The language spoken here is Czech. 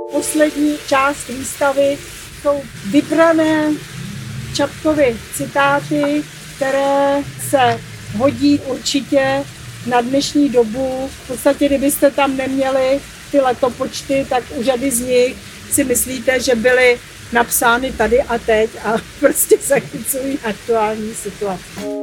Poslední část výstavy jsou vybrané Čapkovy citáty, které se hodí určitě na dnešní dobu. V podstatě, kdybyste tam neměli ty letopočty, tak u řady z nich si myslíte, že byly napsány tady a teď a prostě zachycují aktuální situaci.